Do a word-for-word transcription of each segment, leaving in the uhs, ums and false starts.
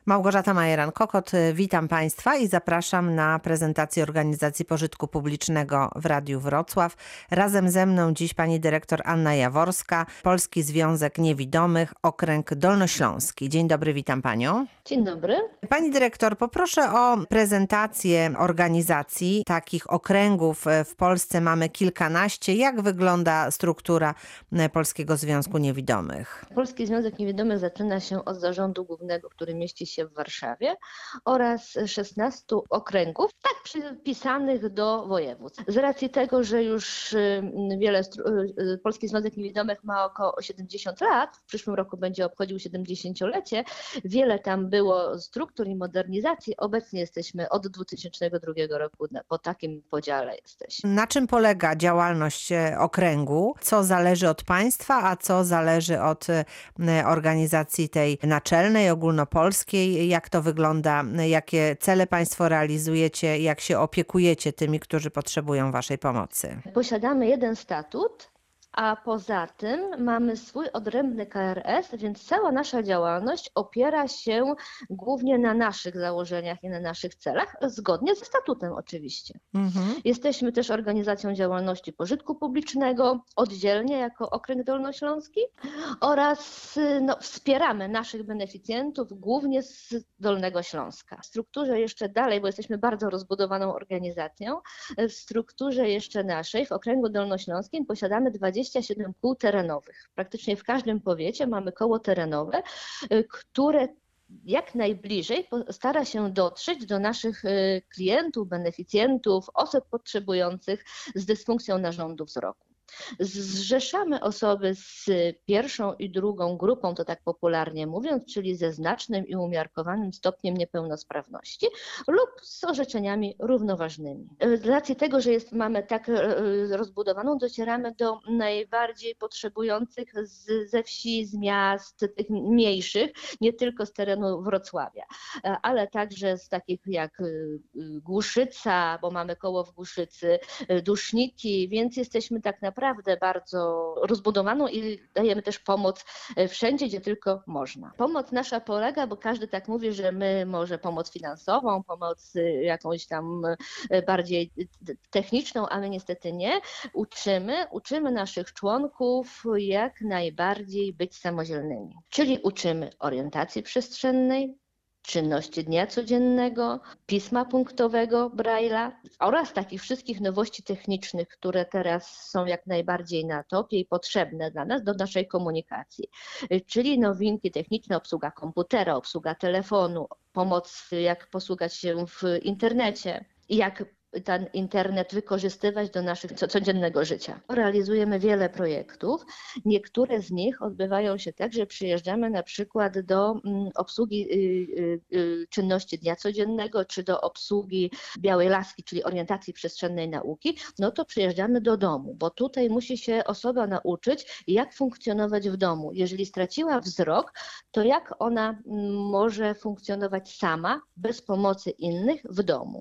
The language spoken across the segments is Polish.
Małgorzata Majeran-Kokot, witam Państwa i zapraszam na prezentację Organizacji Pożytku Publicznego w Radiu Wrocław. Razem ze mną dziś pani dyrektor Anna Jaworska, Polski Związek Niewidomych, Okręg Dolnośląski. Dzień dobry, witam panią. Dzień dobry. Pani dyrektor, poproszę o prezentację organizacji. Takich okręgów w Polsce mamy kilkanaście. Jak wygląda struktura Polskiego Związku Niewidomych? Polski Związek Niewidomych zaczyna się od zarządu głównego, który mieści się w Warszawie, oraz szesnastu okręgów, tak przypisanych do województw. Z racji tego, że już wiele Polski Związek Niewidomych ma około siedemdziesiąt lat, w przyszłym roku będzie obchodził siedemdziesięciolecie, wiele tam było struktur i modernizacji. Obecnie jesteśmy od dwutysięcznego drugiego roku po takim podziale jesteśmy. Na czym polega działalność okręgu? Co zależy od państwa, a co zależy od organizacji tej naczelnej, ogólnopolskiej? Jak to wygląda? Jakie cele państwo realizujecie? Jak się opiekujecie tymi, którzy potrzebują waszej pomocy? Posiadamy jeden statut, a poza tym mamy swój odrębny K R S, więc cała nasza działalność opiera się głównie na naszych założeniach i na naszych celach, zgodnie ze statutem oczywiście. Mhm. Jesteśmy też organizacją działalności pożytku publicznego, oddzielnie jako Okręg Dolnośląski, oraz no, wspieramy naszych beneficjentów głównie z Dolnego Śląska. W strukturze jeszcze dalej, bo jesteśmy bardzo rozbudowaną organizacją, w strukturze jeszcze naszej w Okręgu Dolnośląskim posiadamy dwadzieścia siedem kół terenowych. Praktycznie w każdym powiecie mamy koło terenowe, które jak najbliżej stara się dotrzeć do naszych klientów, beneficjentów, osób potrzebujących z dysfunkcją narządu wzroku. Zrzeszamy osoby z pierwszą i drugą grupą, to tak popularnie mówiąc, czyli ze znacznym i umiarkowanym stopniem niepełnosprawności lub z orzeczeniami równoważnymi. Z racji tego, że jest, mamy tak rozbudowaną, docieramy do najbardziej potrzebujących z, ze wsi, z miast, tych mniejszych, nie tylko z terenu Wrocławia, ale także z takich jak Głuszyca, bo mamy koło w Głuszycy, Duszniki, więc jesteśmy tak naprawdę naprawdę bardzo rozbudowaną i dajemy też pomoc wszędzie, gdzie tylko można. Pomoc nasza polega, bo każdy tak mówi, że my może pomoc finansową, pomoc jakąś tam bardziej techniczną, a my niestety nie. Uczymy, uczymy naszych członków jak najbardziej być samodzielnymi. Czyli uczymy orientacji przestrzennej, czynności dnia codziennego, pisma punktowego Braille'a oraz takich wszystkich nowości technicznych, które teraz są jak najbardziej na topie i potrzebne dla nas do naszej komunikacji. Czyli nowinki techniczne, obsługa komputera, obsługa telefonu, pomoc jak posługać się w internecie, jak ten internet wykorzystywać do naszych codziennego życia. Realizujemy wiele projektów. Niektóre z nich odbywają się tak, że przyjeżdżamy na przykład do obsługi czynności dnia codziennego, czy do obsługi białej laski, czyli orientacji przestrzennej nauki, no to przyjeżdżamy do domu, bo tutaj musi się osoba nauczyć, jak funkcjonować w domu. Jeżeli straciła wzrok, to jak ona może funkcjonować sama, bez pomocy innych w domu.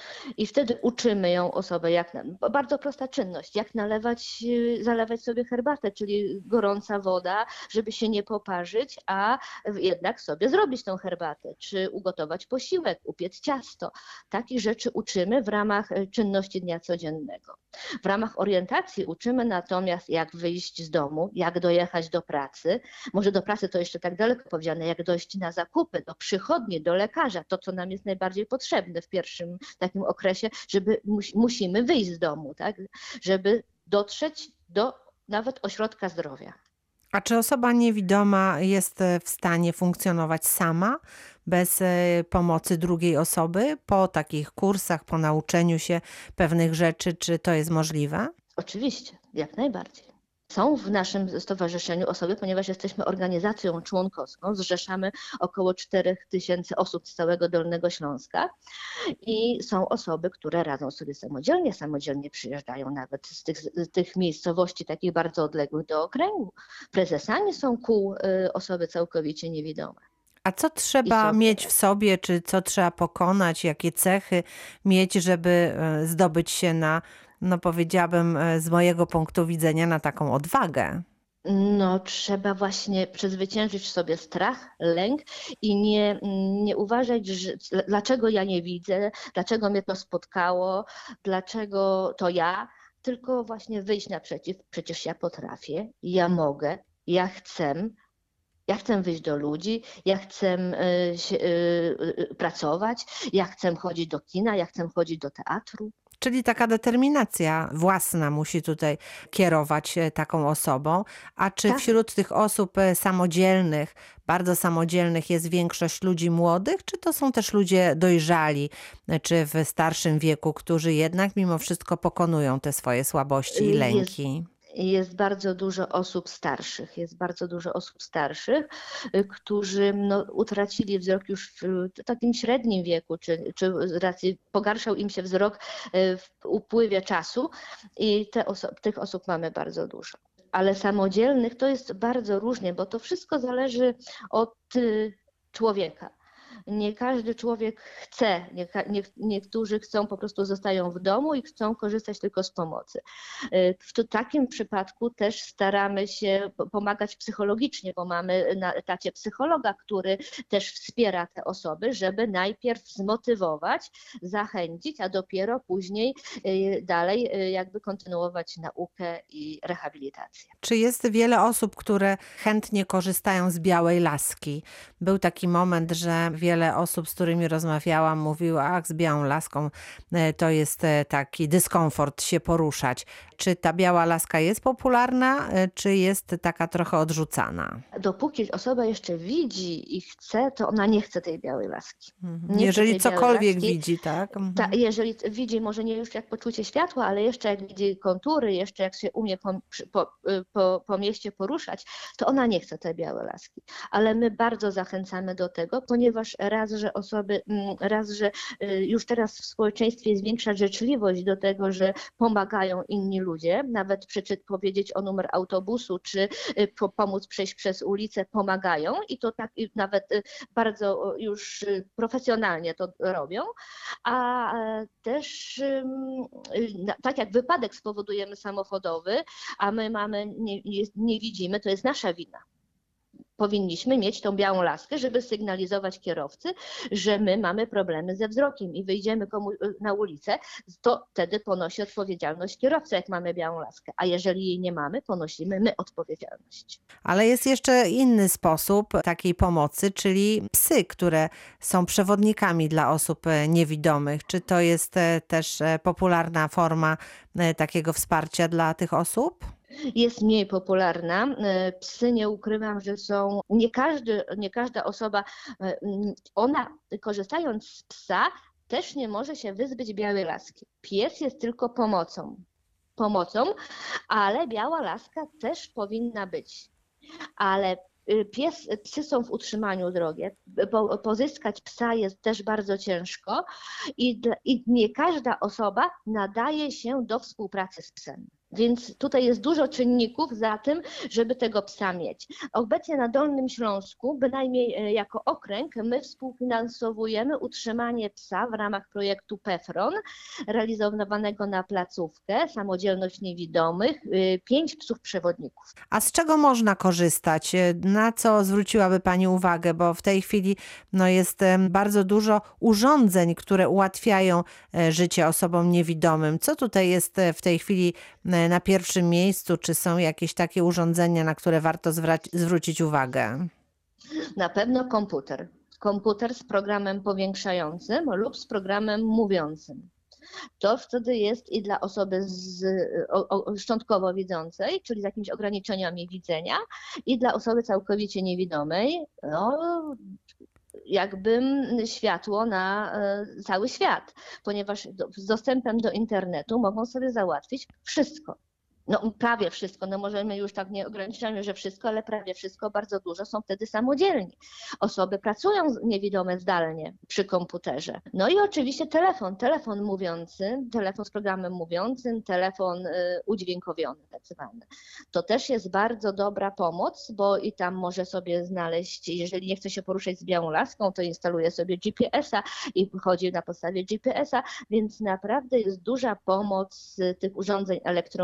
I wtedy uczymy ją osobę, jak na, bardzo prosta czynność, jak nalewać, zalewać sobie herbatę, czyli gorąca woda, żeby się nie poparzyć, a jednak sobie zrobić tą herbatę, czy ugotować posiłek, upiec ciasto. Takich rzeczy uczymy w ramach czynności dnia codziennego. W ramach orientacji uczymy natomiast, jak wyjść z domu, jak dojechać do pracy. Może do pracy to jeszcze tak daleko powiedziane, jak dojść na zakupy, do przychodni, do lekarza, to co nam jest najbardziej potrzebne w pierwszym takim okresie, żeby musimy wyjść z domu, tak? Żeby dotrzeć do nawet ośrodka zdrowia. A czy osoba niewidoma jest w stanie funkcjonować sama, bez pomocy drugiej osoby, po takich kursach, po nauczeniu się pewnych rzeczy, czy to jest możliwe? Oczywiście, jak najbardziej. Są w naszym stowarzyszeniu osoby, ponieważ jesteśmy organizacją członkowską, zrzeszamy około czterech tysięcy osób z całego Dolnego Śląska i są osoby, które radzą sobie samodzielnie, samodzielnie przyjeżdżają nawet z tych, z tych miejscowości takich bardzo odległych do okręgu. Prezesami są kół osoby całkowicie niewidome. A co trzeba mieć w sobie, czy co trzeba pokonać, jakie cechy mieć, żeby zdobyć się na, no powiedziałabym z mojego punktu widzenia, na taką odwagę? No, trzeba właśnie przezwyciężyć w sobie strach, lęk i nie, nie uważać, że dlaczego ja nie widzę, dlaczego mnie to spotkało, dlaczego to ja, tylko właśnie wyjść naprzeciw. Przecież ja potrafię, ja mogę, ja chcę. Ja chcę wyjść do ludzi, ja chcę y, się, y, y, pracować, ja chcę chodzić do kina, ja chcę chodzić do teatru. Czyli taka determinacja własna musi tutaj kierować e, taką osobą. A czy Tak. wśród tych osób e, samodzielnych, bardzo samodzielnych jest większość ludzi młodych, czy to są też ludzie dojrzali, e, czy w starszym wieku, którzy jednak mimo wszystko pokonują te swoje słabości i Jest lęki? Jest bardzo dużo osób starszych, jest bardzo dużo osób starszych, y, którzy no, utracili wzrok już w takim średnim wieku, czy, czy z racji pogarszał im się wzrok y, w upływie czasu i te oso- tych osób mamy bardzo dużo. Ale samodzielnych to jest bardzo różnie, bo to wszystko zależy od y, człowieka. Nie każdy człowiek chce, nie, nie, niektórzy chcą, po prostu zostają w domu i chcą korzystać tylko z pomocy. W t- takim przypadku też staramy się po- pomagać psychologicznie, bo mamy na etacie psychologa, który też wspiera te osoby, żeby najpierw zmotywować, zachęcić, a dopiero później y, dalej y, jakby kontynuować naukę i rehabilitację. Czy jest wiele osób, które chętnie korzystają z białej laski? Był taki moment, że wiele osób, z którymi rozmawiałam, mówiło, ach, z białą laską e, to jest e, taki dyskomfort się poruszać. Czy ta biała laska jest popularna, e, czy jest taka trochę odrzucana? Dopóki osoba jeszcze widzi i chce, to ona nie chce tej białej laski. Mhm. Nie chce Jeżeli tej białej cokolwiek laski. widzi, tak? Ta, Mhm. jeżeli widzi może nie już jak poczucie światła, ale jeszcze jak widzi kontury, jeszcze jak się umie po, przy- po, y, po, po mieście poruszać, to ona nie chce tej białej laski. Ale my bardzo zachęcamy do tego, ponieważ raz, że osoby, mm, raz, że y, już teraz w społeczeństwie jest większa życzliwość do tego, że pomagają inni ludzie, nawet przeczyt powiedzieć o numer autobusu, czy y, po, pomóc przejść przez ulicę, pomagają i to tak i nawet y, bardzo już y, profesjonalnie to robią. A e, też ym, y, na- tak jak wypadek spowodujemy samochodowy, a my mamy, nie, nie, nie widzimy, to jest nasza wina. Powinniśmy mieć tą białą laskę, żeby sygnalizować kierowcy, że my mamy problemy ze wzrokiem i wyjdziemy komu na ulicę, to wtedy ponosi odpowiedzialność kierowca, jak mamy białą laskę. A jeżeli jej nie mamy, ponosimy my odpowiedzialność. Ale jest jeszcze inny sposób takiej pomocy, czyli psy, które są przewodnikami dla osób e, niewidomych. Czy to jest e, też e, popularna forma e, takiego wsparcia dla tych osób? Jest mniej popularna. E, Psy, nie ukrywam, że są, nie każdy, nie każda osoba, e, mm, ona korzystając z psa, też nie może się wyzbyć białej laski. Pies jest tylko pomocą. Pomocą, ale biała laska też powinna być. Ale y, pies, psy są w utrzymaniu drogie. Po, pozyskać psa jest też bardzo ciężko i, dla- i nie każda osoba nadaje się do współpracy z psem. Więc tutaj jest dużo czynników za tym, żeby tego psa mieć. Obecnie na Dolnym Śląsku, bynajmniej e, jako okręg, my współfinansowujemy utrzymanie psa w ramach projektu PEFRON, realizowanego na placówkę, samodzielność niewidomych, y, pięć psów przewodników. A z czego można korzystać? E, Na co zwróciłaby Pani uwagę? Bo w tej chwili no, jest em, bardzo dużo urządzeń, które ułatwiają e, życie osobom niewidomym. Co tutaj jest e, w tej chwili e, na pierwszym miejscu? Czy są jakieś takie urządzenia, na które warto zwra- zwrócić uwagę? Na pewno komputer. Komputer z programem powiększającym lub z programem mówiącym. To wtedy jest i dla osoby z, o, o, szczątkowo widzącej, czyli z jakimiś ograniczeniami widzenia, i dla osoby całkowicie niewidomej, no, jakby światło na e, cały świat, ponieważ do, z dostępem do internetu mogą sobie załatwić wszystko. No prawie wszystko, no możemy już tak nie ograniczamy, że wszystko, ale prawie wszystko, bardzo dużo są wtedy samodzielni. Osoby pracują z- niewidome zdalnie przy komputerze. No i oczywiście telefon, telefon mówiący, telefon z programem mówiącym, telefon y, udźwiękowiony tak zwany. To też jest bardzo dobra pomoc, bo i tam może sobie znaleźć, jeżeli nie chce się poruszać z białą laską, to instaluje sobie G P S a i chodzi na podstawie G P S a, więc naprawdę jest duża pomoc y, tych urządzeń elektronicznych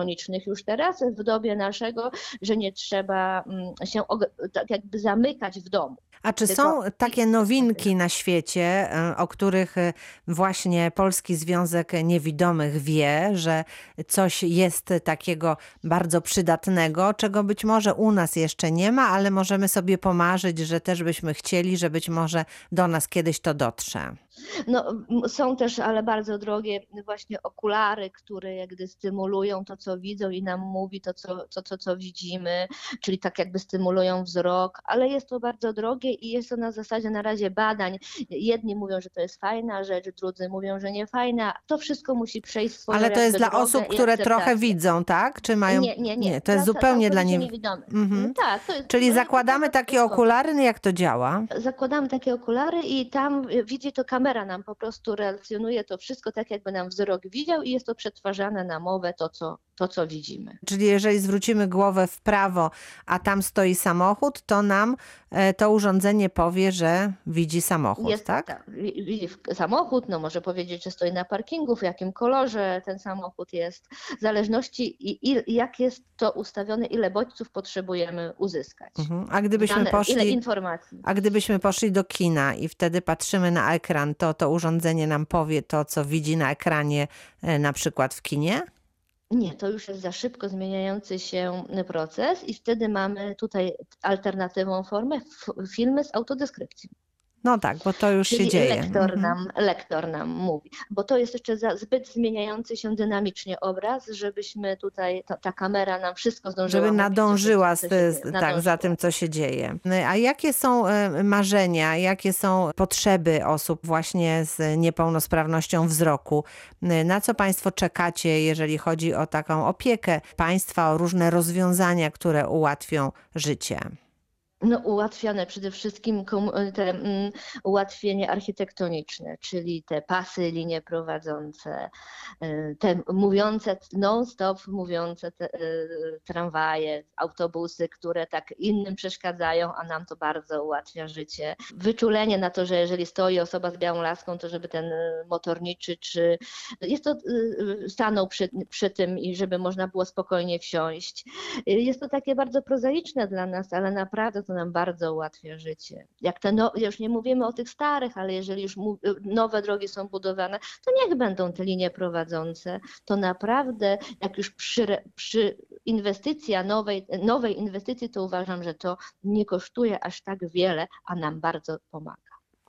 już teraz w dobie naszego, że nie trzeba mm, się tak jakby zamykać w domu. A czy Tylko są takie nowinki na świecie, o których właśnie Polski Związek Niewidomych wie, że coś jest takiego bardzo przydatnego, czego być może u nas jeszcze nie ma, ale możemy sobie pomarzyć, że też byśmy chcieli, że być może do nas kiedyś to dotrze? No, są też, ale bardzo drogie właśnie okulary, które jakby stymulują to, co widzą i nam mówi to, co, to, co, co widzimy, czyli tak jakby stymulują wzrok, ale jest to bardzo drogie i jest to na zasadzie na razie badań. Jedni mówią, że to jest fajna rzecz, drudzy mówią, że nie fajna. To wszystko musi przejść swoją Ale to jest dla drogę osób, i które akceptację. trochę widzą, tak? Czy mają... Nie, nie, nie. nie to jest Dla zupełnie dla całkowicie nie... niewidomych. Mhm. Tak, to jest, Czyli to zakładamy jest takie wszystko. okulary, no jak to działa? Zakładamy takie okulary i tam widzi to kamera, nam po prostu relacjonuje to wszystko tak, jakby nam wzrok widział i jest to przetwarzane na mowę, to co, to, co widzimy. Czyli jeżeli zwrócimy głowę w prawo, a tam stoi samochód, to nam e, to urządzenie powie, że widzi samochód, Jest tak? tak, wi- widzi w- samochód, no może powiedzieć, że stoi na parkingu, w jakim kolorze ten samochód jest, w zależności i, i jak jest to ustawione, ile bodźców potrzebujemy uzyskać. Mhm. A gdybyśmy Dane, ile poszli... informacji. A gdybyśmy poszli do kina i wtedy patrzymy na ekran, to to urządzenie nam powie to, co widzi na ekranie, e, na przykład w kinie? Nie, to już jest za szybko zmieniający się proces i wtedy mamy tutaj alternatywną formę, f- filmy z autodeskrypcją. No tak, bo to już się Czyli dzieje. lektor Mhm. nam, lektor nam mówi, bo to jest jeszcze za, zbyt zmieniający się dynamicznie obraz, żebyśmy tutaj, ta, ta kamera nam wszystko zdążyła Żeby mówić, nadążyła co z, się z, dzieje. tak, za Nadążyła. tym, co się dzieje. A jakie są e, marzenia, jakie są potrzeby osób właśnie z niepełnosprawnością wzroku? E, Na co Państwo czekacie, jeżeli chodzi o taką opiekę państwa, o różne rozwiązania, które ułatwią życie? No, ułatwiane przede wszystkim komu- te mm, ułatwienie architektoniczne, czyli te pasy, linie prowadzące, y, te mówiące, non-stop mówiące te, y, tramwaje, autobusy, które tak innym przeszkadzają, a nam to bardzo ułatwia życie. Wyczulenie na to, że jeżeli stoi osoba z białą laską, to żeby ten y, motorniczy, czy jest to y, y, stanął przy, przy tym i żeby można było spokojnie wsiąść. Y, Jest to takie bardzo prozaiczne dla nas, ale naprawdę to nam bardzo ułatwia życie. Jak te, no, już nie mówimy o tych starych, ale jeżeli już mu- nowe drogi są budowane, to niech będą te linie prowadzące. To naprawdę, jak już przy, przy inwestycja nowej, nowej inwestycji, to uważam, że to nie kosztuje aż tak wiele, a nam bardzo pomaga.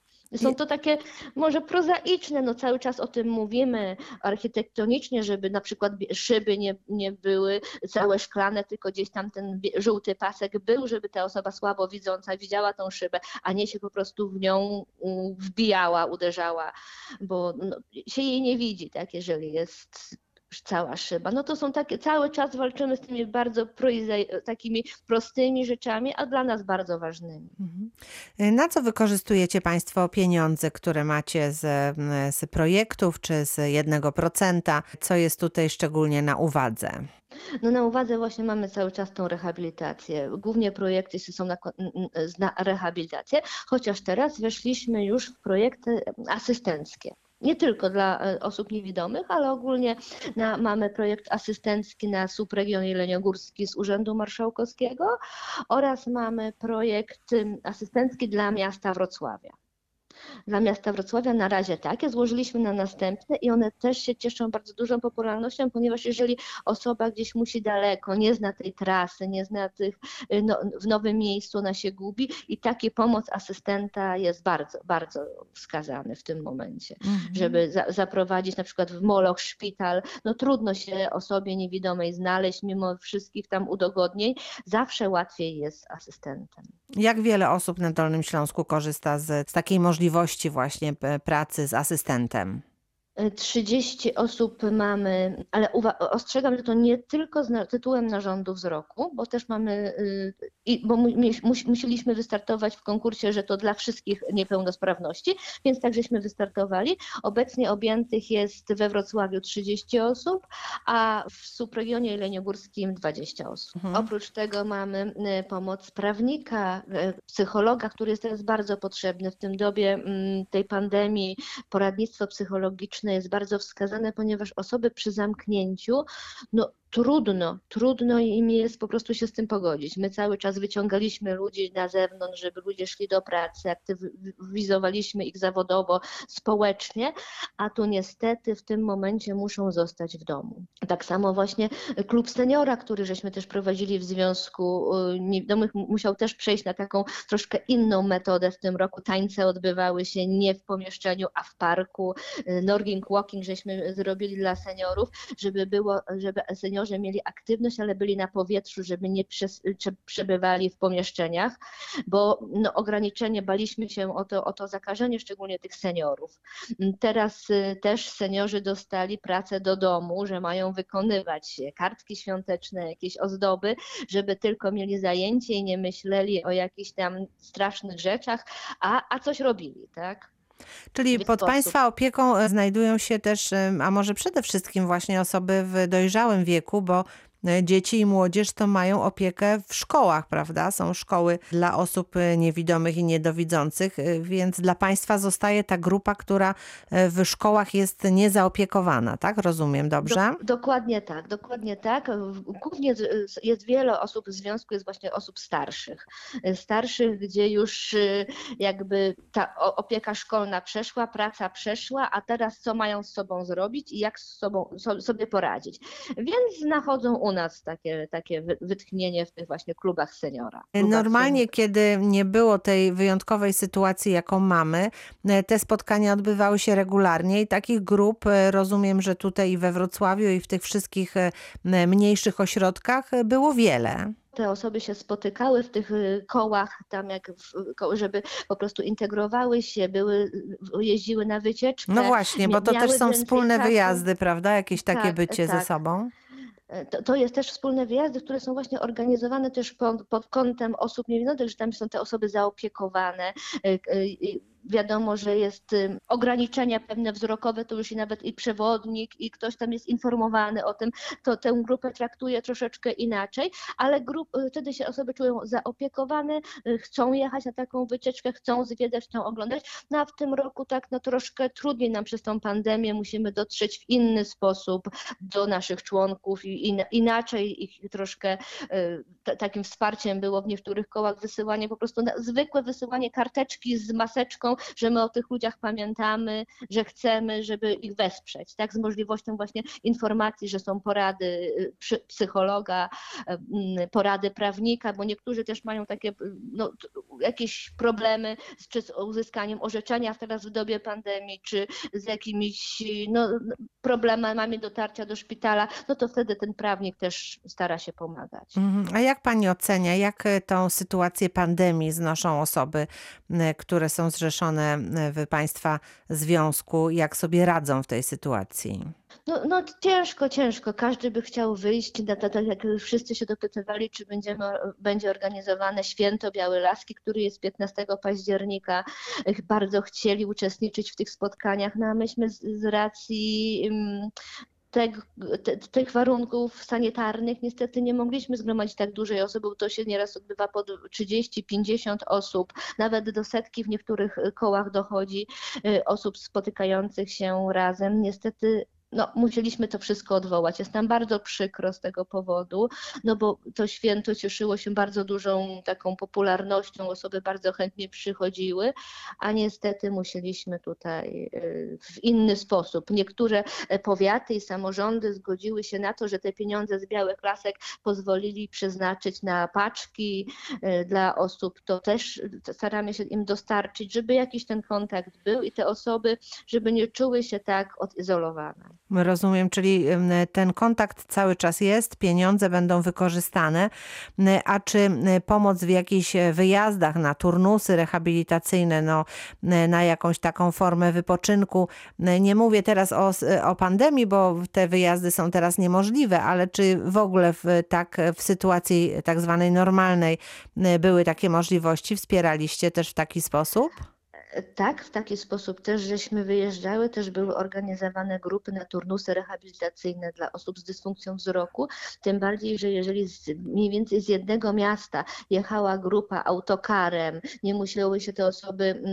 Są to takie może prozaiczne, no cały czas o tym mówimy architektonicznie, żeby na przykład bie- szyby nie, nie były całe szklane, tylko gdzieś tam ten bie- żółty pasek był, żeby ta osoba słabo widząca widziała tą szybę, a nie się po prostu w nią mm, wbijała, uderzała, bo no, się jej nie widzi, tak, jeżeli jest cała szyba. No to są takie, cały czas walczymy z tymi bardzo proizai- takimi prostymi rzeczami, a dla nas bardzo ważnymi. Mhm. Na co wykorzystujecie Państwo pieniądze, które macie z, z projektów czy z jednego procenta? Co jest tutaj szczególnie na uwadze? No na uwadze właśnie mamy cały czas tą rehabilitację. Głównie projekty są na, na rehabilitację, chociaż teraz weszliśmy już w projekty asystenckie. Nie tylko dla e, osób niewidomych, ale ogólnie na, mamy projekt asystencki na subregion jeleniogórski z Urzędu Marszałkowskiego oraz mamy projekt ym, asystencki dla miasta Wrocławia. Dla miasta Wrocławia na razie takie, złożyliśmy na następne i one też się cieszą bardzo dużą popularnością, ponieważ jeżeli osoba gdzieś musi daleko, nie zna tej trasy, nie zna tych, no, w nowym miejscu ona się gubi i taki pomoc asystenta jest bardzo, bardzo wskazany w tym momencie, Mhm. żeby za, zaprowadzić na przykład w Moloch szpital, no trudno się osobie niewidomej znaleźć mimo wszystkich tam udogodnień, zawsze łatwiej jest z asystentem. Jak wiele osób na Dolnym Śląsku korzysta z, z takiej możliwości właśnie p- pracy z asystentem? trzydzieści osób mamy, ale uwa- ostrzegam, że to nie tylko z na- tytułem narządu wzroku, bo też mamy, y, i- bo mu- mie- mus- musieliśmy wystartować w konkursie, że to dla wszystkich niepełnosprawności, więc tak żeśmy wystartowali. Obecnie objętych jest we Wrocławiu trzydzieści osób, a w subregionie jeleniogórskim dwadzieścia osób. Mhm. Oprócz tego mamy y, pomoc prawnika, y, psychologa, który jest teraz bardzo potrzebny w tym dobie mm, tej pandemii. Poradnictwo psychologiczne jest bardzo wskazane, ponieważ osoby przy zamknięciu no, trudno, trudno im jest po prostu się z tym pogodzić. My cały czas wyciągaliśmy ludzi na zewnątrz, żeby ludzie szli do pracy, aktywizowaliśmy ich zawodowo, społecznie, a tu niestety w tym momencie muszą zostać w domu. Tak samo właśnie klub seniora, który żeśmy też prowadzili w związku, domek musiał też przejść na taką troszkę inną metodę w tym roku. Tańce odbywały się nie w pomieszczeniu, a w parku. Norging walking żeśmy zrobili dla seniorów, żeby było, żeby seniorzy mieli aktywność, ale byli na powietrzu, żeby nie przes- przebywali w pomieszczeniach, bo no, ograniczenie, baliśmy się o to, o to zakażenie, szczególnie tych seniorów. Teraz też seniorzy dostali pracę do domu, że mają wykonywać kartki świąteczne, jakieś ozdoby, żeby tylko mieli zajęcie i nie myśleli o jakichś tam strasznych rzeczach, a, a coś robili, tak? Czyli pod sposób. Państwa opieką znajdują się też, a może przede wszystkim właśnie osoby w dojrzałym wieku, bo dzieci i młodzież to mają opiekę w szkołach, prawda? Są szkoły dla osób niewidomych i niedowidzących, więc dla Państwa zostaje ta grupa, która w szkołach jest niezaopiekowana, tak? Rozumiem, dobrze? Dok- dokładnie tak, dokładnie tak. Głównie jest wiele osób w związku, jest właśnie osób starszych. Starszych, gdzie już jakby ta opieka szkolna przeszła, praca przeszła, a teraz co mają z sobą zrobić i jak z sobą, sobie poradzić. Więc nachodzą u nas takie, takie wytchnienie w tych właśnie klubach seniora. Klubach Normalnie, seniora. kiedy nie było tej wyjątkowej sytuacji, jaką mamy, te spotkania odbywały się regularnie i takich grup, rozumiem, że tutaj i we Wrocławiu i w tych wszystkich mniejszych ośrodkach było wiele. Te osoby się spotykały w tych kołach, tam jak w, żeby po prostu integrowały się, były, jeździły na wycieczkę. No właśnie, bo to też są wspólne czasu. wyjazdy, prawda? Jakieś takie Tak, bycie tak. ze sobą. To, to jest też wspólne wyjazdy, które są właśnie organizowane też pod, pod kątem osób niewidomych, że tam są te osoby zaopiekowane. Wiadomo, że jest ograniczenia pewne wzrokowe, to już i nawet i przewodnik, i ktoś tam jest informowany o tym, to tę grupę traktuje troszeczkę inaczej, ale grup, wtedy się osoby czują zaopiekowane, chcą jechać na taką wycieczkę, chcą zwiedzać, chcą oglądać. No a w tym roku tak no troszkę trudniej nam przez tą pandemię, musimy dotrzeć w inny sposób do naszych członków i in, inaczej ich troszkę t- takim wsparciem było w niektórych kołach wysyłanie, po prostu na, zwykłe wysyłanie karteczki z maseczką, że my o tych ludziach pamiętamy, że chcemy, żeby ich wesprzeć, tak, z możliwością właśnie informacji, że są porady psychologa, porady prawnika, bo niektórzy też mają takie no, jakieś problemy czy z uzyskaniem orzeczenia teraz w dobie pandemii, czy z jakimiś no, problemami dotarcia do szpitala, no to wtedy ten prawnik też stara się pomagać. A jak pani ocenia, jak tą sytuację pandemii znoszą osoby, które są zrzeszone w Państwa związku, jak sobie radzą w tej sytuacji? No, no ciężko, ciężko. Każdy by chciał wyjść, tak jak wszyscy się dopytywali, czy będziemy, będzie organizowane święto Białej-Laski, który jest piętnastego października. Bardzo chcieli uczestniczyć w tych spotkaniach, no a myśmy z, z racji um, Tych, te, tych warunków sanitarnych niestety nie mogliśmy zgromadzić tak dużej osoby, bo to się nieraz odbywa po trzydzieści pięćdziesiąt osób, nawet do setki w niektórych kołach dochodzi osób spotykających się razem. Niestety no, musieliśmy to wszystko odwołać. Jest nam bardzo przykro z tego powodu, no bo to święto cieszyło się bardzo dużą taką popularnością, osoby bardzo chętnie przychodziły, a niestety musieliśmy tutaj w inny sposób. Niektóre powiaty i samorządy zgodziły się na to, że te pieniądze z Białych Lasek pozwolili przeznaczyć na paczki dla osób. To też staramy się im dostarczyć, żeby jakiś ten kontakt był i te osoby, żeby nie czuły się tak odizolowane. Rozumiem, czyli ten kontakt cały czas jest, pieniądze będą wykorzystane, a czy pomoc w jakichś wyjazdach na turnusy rehabilitacyjne, no, na jakąś taką formę wypoczynku, nie mówię teraz o, o pandemii, bo te wyjazdy są teraz niemożliwe, ale czy w ogóle w, tak, w sytuacji tak zwanej normalnej były takie możliwości? Wspieraliście też w taki sposób? Tak, w taki sposób też żeśmy wyjeżdżały, też były organizowane grupy na turnusy rehabilitacyjne dla osób z dysfunkcją wzroku, tym bardziej, że jeżeli z, mniej więcej z jednego miasta jechała grupa autokarem, nie musiały się te osoby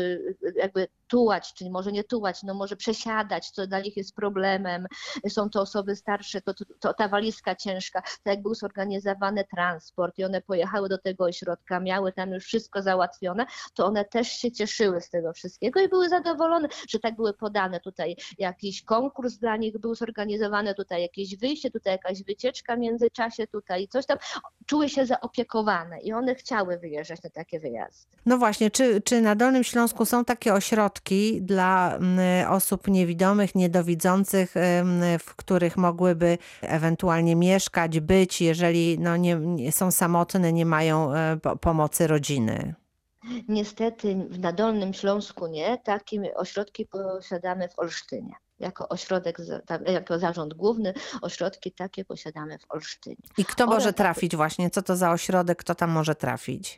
jakby tułać, czyli może nie tułać, no może przesiadać, co dla nich jest problemem, są to osoby starsze, to, to, to ta walizka ciężka, to jak był zorganizowany transport i one pojechały do tego ośrodka, miały tam już wszystko załatwione, to one też się cieszyły z tego wszystkiego i były zadowolone, że tak były podane tutaj jakiś konkurs dla nich, był zorganizowany tutaj jakieś wyjście, tutaj jakaś wycieczka w międzyczasie, tutaj coś tam, czuły się zaopiekowane i one chciały wyjeżdżać na takie wyjazdy. No właśnie, czy, czy na Dolnym Śląsku są takie ośrodki dla osób niewidomych, niedowidzących, w których mogłyby ewentualnie mieszkać, być, jeżeli no nie, nie są samotne, nie mają pomocy rodziny? Niestety na Dolnym Śląsku nie. Takie ośrodki posiadamy w Olsztynie. Jako ośrodek, jako zarząd główny, ośrodki takie posiadamy w Olsztynie. I kto Oraz może trafić właśnie? Co to za ośrodek? Kto tam może trafić?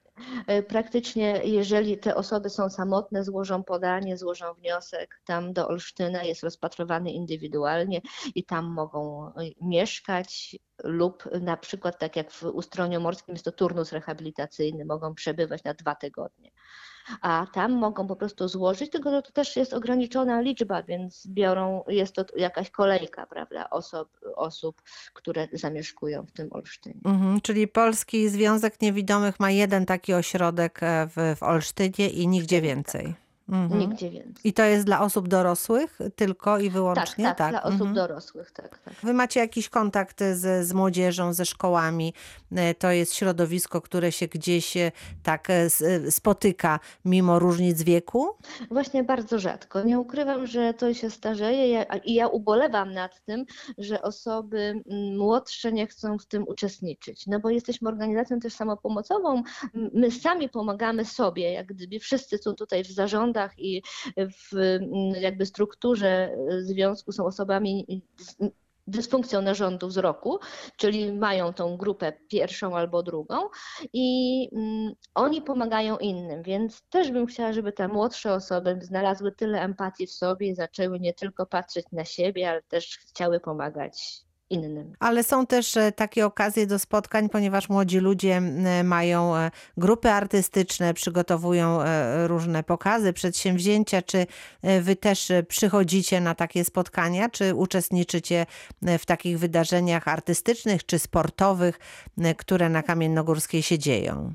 Praktycznie, jeżeli te osoby są samotne, złożą podanie, złożą wniosek tam do Olsztyna, jest rozpatrowany indywidualnie i tam mogą mieszkać lub na przykład tak jak w Ustroniu Morskim jest to turnus rehabilitacyjny, mogą przebywać na dwa tygodnie. A tam mogą po prostu złożyć, tylko to też jest ograniczona liczba, więc biorą, jest to jakaś kolejka, prawda, osób, osób, które zamieszkują w tym Olsztynie. Mhm, czyli Polski Związek Niewidomych ma jeden taki ośrodek w, w Olsztynie i nigdzie więcej. Mhm. Nigdzie więcej. I to jest dla osób dorosłych tylko i wyłącznie? Tak, tak, tak. dla osób Mhm. dorosłych, tak, tak. Wy macie jakiś kontakt z, z młodzieżą, ze szkołami? To jest środowisko, które się gdzieś tak spotyka mimo różnic wieku? Właśnie bardzo rzadko. Nie ukrywam, że to się starzeje ja, i ja ubolewam nad tym, że osoby młodsze nie chcą w tym uczestniczyć. No bo jesteśmy organizacją też samopomocową. My sami pomagamy sobie, jak gdyby wszyscy są tutaj w zarządach i w jakby strukturze związku są osobami dysfunkcją narządu wzroku, czyli mają tą grupę pierwszą albo drugą i mm, oni pomagają innym, więc też bym chciała, żeby te młodsze osoby znalazły tyle empatii w sobie i zaczęły nie tylko patrzeć na siebie, ale też chciały pomagać innym. Ale są też takie okazje do spotkań, ponieważ młodzi ludzie mają grupy artystyczne, przygotowują różne pokazy, przedsięwzięcia. Czy wy też przychodzicie na takie spotkania, czy uczestniczycie w takich wydarzeniach artystycznych czy sportowych, które na Kamiennogórskiej się dzieją?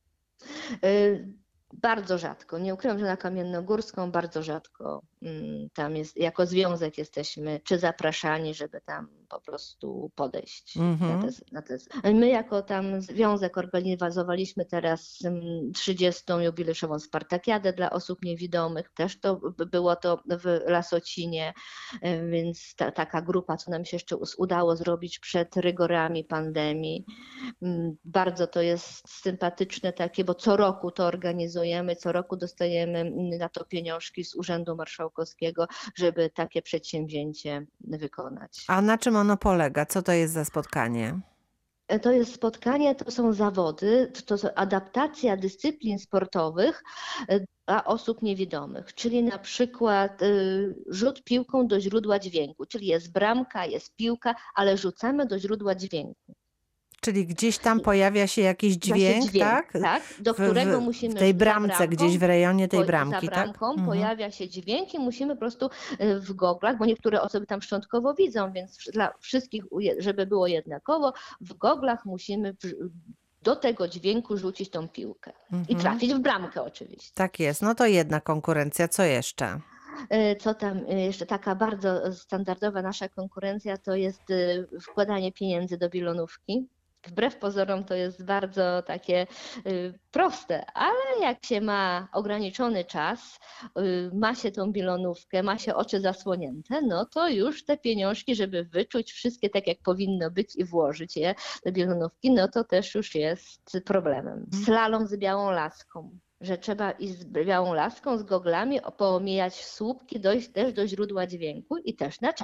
Y Bardzo rzadko. Nie ukrywam, że na Kamiennogórską bardzo rzadko tam jest, jako związek jesteśmy czy zapraszani, żeby tam po prostu podejść. Mm-hmm. na, te, na te. My jako tam związek organizowaliśmy teraz trzydziestą jubileuszową Spartakiadę dla osób niewidomych. Też to było to w Lasocinie, więc ta, taka grupa, co nam się jeszcze udało zrobić przed rygorami pandemii. Bardzo to jest sympatyczne takie, bo co roku to organizujemy, co roku dostajemy na to pieniążki z Urzędu Marszałkowskiego, żeby takie przedsięwzięcie wykonać. A na czym ono polega? Co to jest za spotkanie? To jest spotkanie, to są zawody, to są adaptacja dyscyplin sportowych dla osób niewidomych, czyli na przykład rzut piłką do źródła dźwięku, czyli jest bramka, jest piłka, ale rzucamy do źródła dźwięku. Czyli gdzieś tam pojawia się jakiś dźwięk, dźwięk tak? tak? Do którego w, musimy... W tej bramce, bramką, gdzieś w rejonie tej bramki, za bramką tak? pojawia Mhm. się dźwięk i musimy po prostu w goglach, bo niektóre osoby tam szczątkowo widzą, więc dla wszystkich, żeby było jednakowo, w goglach musimy do tego dźwięku rzucić tą piłkę. Mhm. I trafić w bramkę oczywiście. Tak jest. No to jedna konkurencja. Co jeszcze? Co tam jeszcze taka bardzo standardowa nasza konkurencja to jest wkładanie pieniędzy do bilonówki. Wbrew pozorom to jest bardzo takie y, proste, ale jak się ma ograniczony czas, y, ma się tą bilonówkę, ma się oczy zasłonięte, no to już te pieniążki, żeby wyczuć wszystkie tak jak powinno być i włożyć je do bilonówki, no to też już jest problemem. Slalom z białą laską, że trzeba iść z białą laską, z goglami, poomijać słupki, dojść też do źródła dźwięku i też na czas.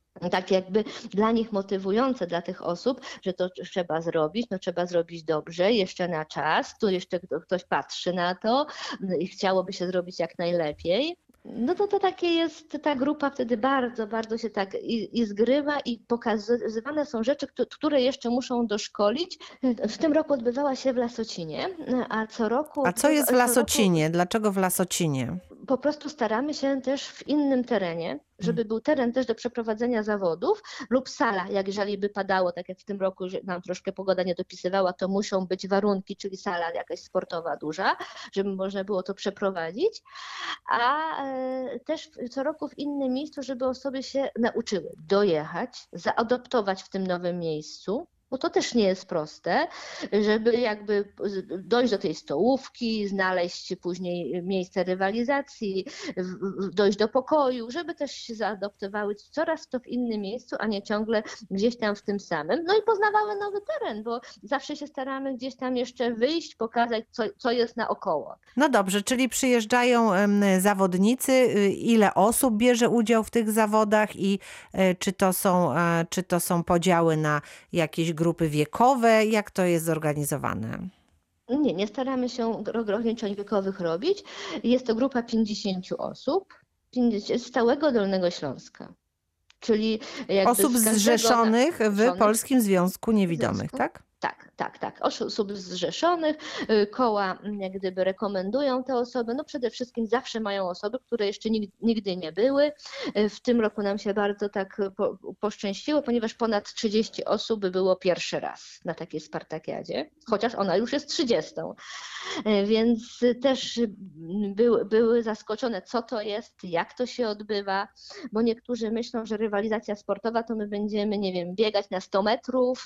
tak jakby dla nich motywujące, dla tych osób, że to trzeba zrobić, no trzeba zrobić dobrze, jeszcze na czas, tu jeszcze ktoś patrzy na to i chciałoby się zrobić jak najlepiej. No to to takie jest, ta grupa wtedy bardzo, bardzo się tak i, i zgrywa i pokazywane są rzeczy, które jeszcze muszą doszkolić. W tym roku odbywała się w Lasocinie, a co roku... A co jest w co roku Lasocinie? Dlaczego w Lasocinie? po prostu staramy się też w innym terenie, żeby był teren też do przeprowadzenia zawodów lub sala, jak jeżeli by padało, tak jak w tym roku, że nam troszkę pogoda nie dopisywała, to muszą być warunki, czyli sala jakaś sportowa duża, żeby można było to przeprowadzić, a też co roku w innym miejscu, żeby osoby się nauczyły dojechać, zaadoptować w tym nowym miejscu, bo to też nie jest proste, żeby jakby dojść do tej stołówki, znaleźć później miejsce rywalizacji, dojść do pokoju, żeby też się zaadoptowały coraz to w innym miejscu, a nie ciągle gdzieś tam w tym samym. No i poznawały nowy teren, bo zawsze się staramy gdzieś tam jeszcze wyjść, pokazać, co, co jest naokoło. No dobrze, czyli przyjeżdżają em, zawodnicy. Y, Ile osób bierze udział w tych zawodach i e, czy to są, e, czy to są podziały na jakieś grupy wiekowe? Jak to jest zorganizowane? Nie, nie staramy się ograniczeń wiekowych robić. Jest to grupa pięćdziesięciu osób pięćdziesiąt z całego Dolnego Śląska. Czyli jakby Osób z każdego zrzeszonych w zrzeszonych Polskim Związku Niewidomych, związku. tak? Tak, tak, tak. Osób zrzeszonych, koła jak gdyby rekomendują te osoby. No przede wszystkim zawsze mają osoby, które jeszcze nigdy nie były. W tym roku nam się bardzo tak po, poszczęściło, ponieważ ponad trzydzieści osób było pierwszy raz na takiej Spartakiadzie, chociaż ona już jest trzydziestą. Więc też były, były zaskoczone, co to jest, jak to się odbywa, bo niektórzy myślą, że rywalizacja sportowa to my będziemy, nie wiem, biegać na sto metrów,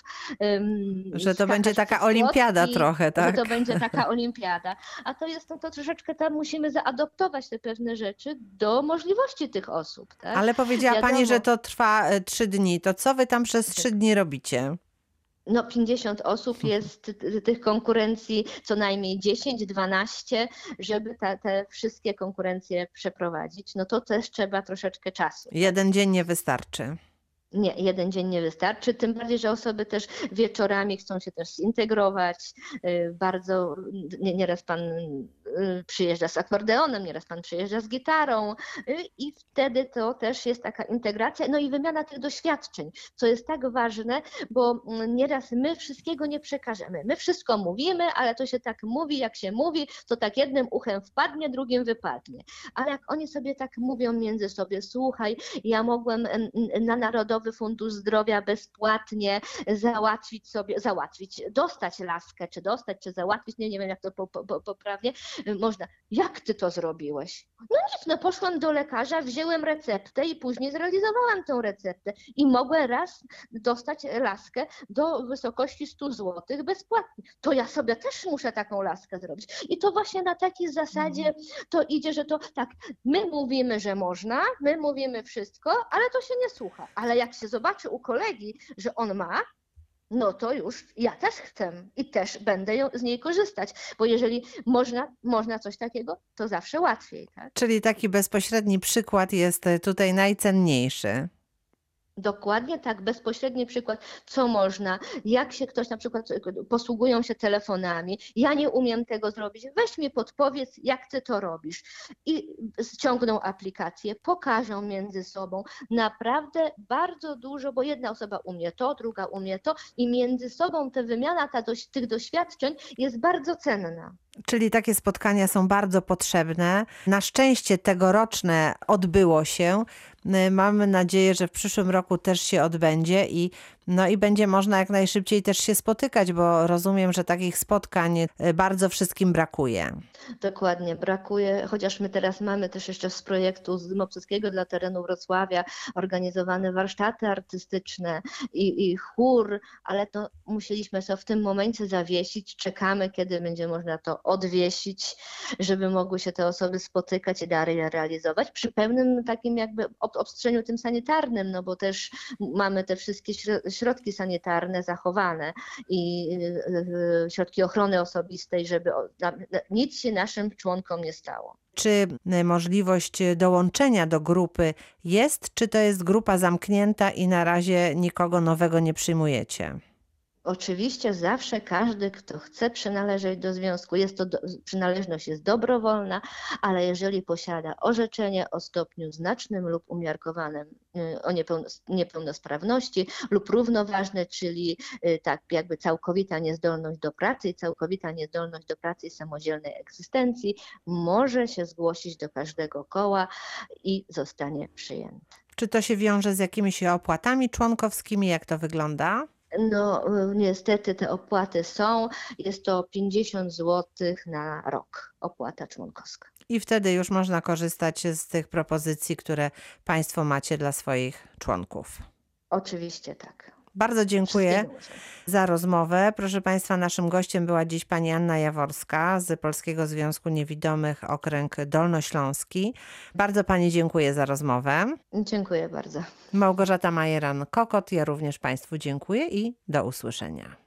Że to będzie taka olimpiada trochę, tak? Że to będzie taka olimpiada. A to jest to, to troszeczkę tam musimy zaadoptować te pewne rzeczy do możliwości tych osób. Tak? Ale powiedziała Wiadomo, pani, że to trwa e, trzy dni. To co wy tam przez trzy dni robicie? No pięćdziesiąt osób jest tych konkurencji, co najmniej dziesięć, dwanaście, żeby ta, te wszystkie konkurencje przeprowadzić. No to też trzeba troszeczkę czasu. Jeden dzień nie wystarczy. Nie, jeden dzień nie wystarczy, tym bardziej, że osoby też wieczorami chcą się też zintegrować. Bardzo, nieraz pan przyjeżdża z akordeonem, nieraz pan przyjeżdża z gitarą i wtedy to też jest taka integracja, no i wymiana tych doświadczeń, co jest tak ważne, bo nieraz my wszystkiego nie przekażemy. My wszystko mówimy, ale to się tak mówi, jak się mówi, to tak jednym uchem wpadnie, drugim wypadnie. Ale jak oni sobie tak mówią między sobie, słuchaj, ja mogłem na Narodowy Fundusz Zdrowia bezpłatnie załatwić sobie, załatwić, dostać laskę, czy dostać, czy załatwić, nie, nie wiem jak to po, po, poprawnie można. Jak ty to zrobiłeś? No nic, no poszłam do lekarza, wzięłem receptę i później zrealizowałam tę receptę i mogłem raz dostać laskę do wysokości stu złotych bezpłatnie. To ja sobie też muszę taką laskę zrobić. I to właśnie na takiej zasadzie to idzie, że to tak, my mówimy, że można, my mówimy wszystko, ale to się nie słucha. Ale jak się zobaczy u kolegi, że on ma, no to już ja też chcę i też będę ją, z niej korzystać, bo jeżeli można, można coś takiego, to zawsze łatwiej. Tak? Czyli taki bezpośredni przykład jest tutaj najcenniejszy. Dokładnie tak, bezpośredni przykład, co można, jak się ktoś na przykład posługują się telefonami, ja nie umiem tego zrobić, weź mi podpowiedz, jak ty to robisz i ściągną aplikację, pokażą między sobą, naprawdę bardzo dużo, bo jedna osoba umie to, druga umie to i między sobą ta wymiana ta dość, tych doświadczeń jest bardzo cenna. Czyli takie spotkania są bardzo potrzebne. Na szczęście tegoroczne odbyło się. Mamy nadzieję, że w przyszłym roku też się odbędzie i, no i będzie można jak najszybciej też się spotykać, bo rozumiem, że takich spotkań bardzo wszystkim brakuje. Dokładnie, brakuje, chociaż my teraz mamy też jeszcze z projektu z Mopsuskiego dla terenu Wrocławia organizowane warsztaty artystyczne i, i chór, ale to musieliśmy sobie w tym momencie zawiesić. Czekamy, kiedy będzie można to odwiesić, żeby mogły się te osoby spotykać i dalej realizować przy pełnym takim jakby obstrzeniu tym sanitarnym, no bo też mamy te wszystkie środki sanitarne zachowane i y, y, środki ochrony osobistej, żeby o- na- na- nic się naszym członkom nie stało. Czy y, możliwość dołączenia do grupy jest, czy to jest grupa zamknięta i na razie nikogo nowego nie przyjmujecie? Oczywiście zawsze każdy, kto chce przynależeć do związku, jest to do, przynależność jest dobrowolna, ale jeżeli posiada orzeczenie o stopniu znacznym lub umiarkowanym y, o niepełnos- niepełnosprawności lub równoważne, czyli y, tak jakby całkowita niezdolność do pracy i całkowita niezdolność do pracy i samodzielnej egzystencji, może się zgłosić do każdego koła i zostanie przyjęty. Czy to się wiąże z jakimiś opłatami członkowskimi? Jak to wygląda? No, y, niestety te opłaty są. Jest to pięćdziesiąt złotych na rok, opłata członkowska. I wtedy już można korzystać z tych propozycji, które Państwo macie dla swoich członków. Oczywiście tak. Bardzo dziękuję Wszystkiego możemy. za rozmowę. Proszę Państwa, naszym gościem była dziś pani Anna Jaworska z Polskiego Związku Niewidomych Okręg Dolnośląski. Bardzo Pani dziękuję za rozmowę. Dziękuję bardzo. Małgorzata Majeran-Kokot, ja również Państwu dziękuję i do usłyszenia.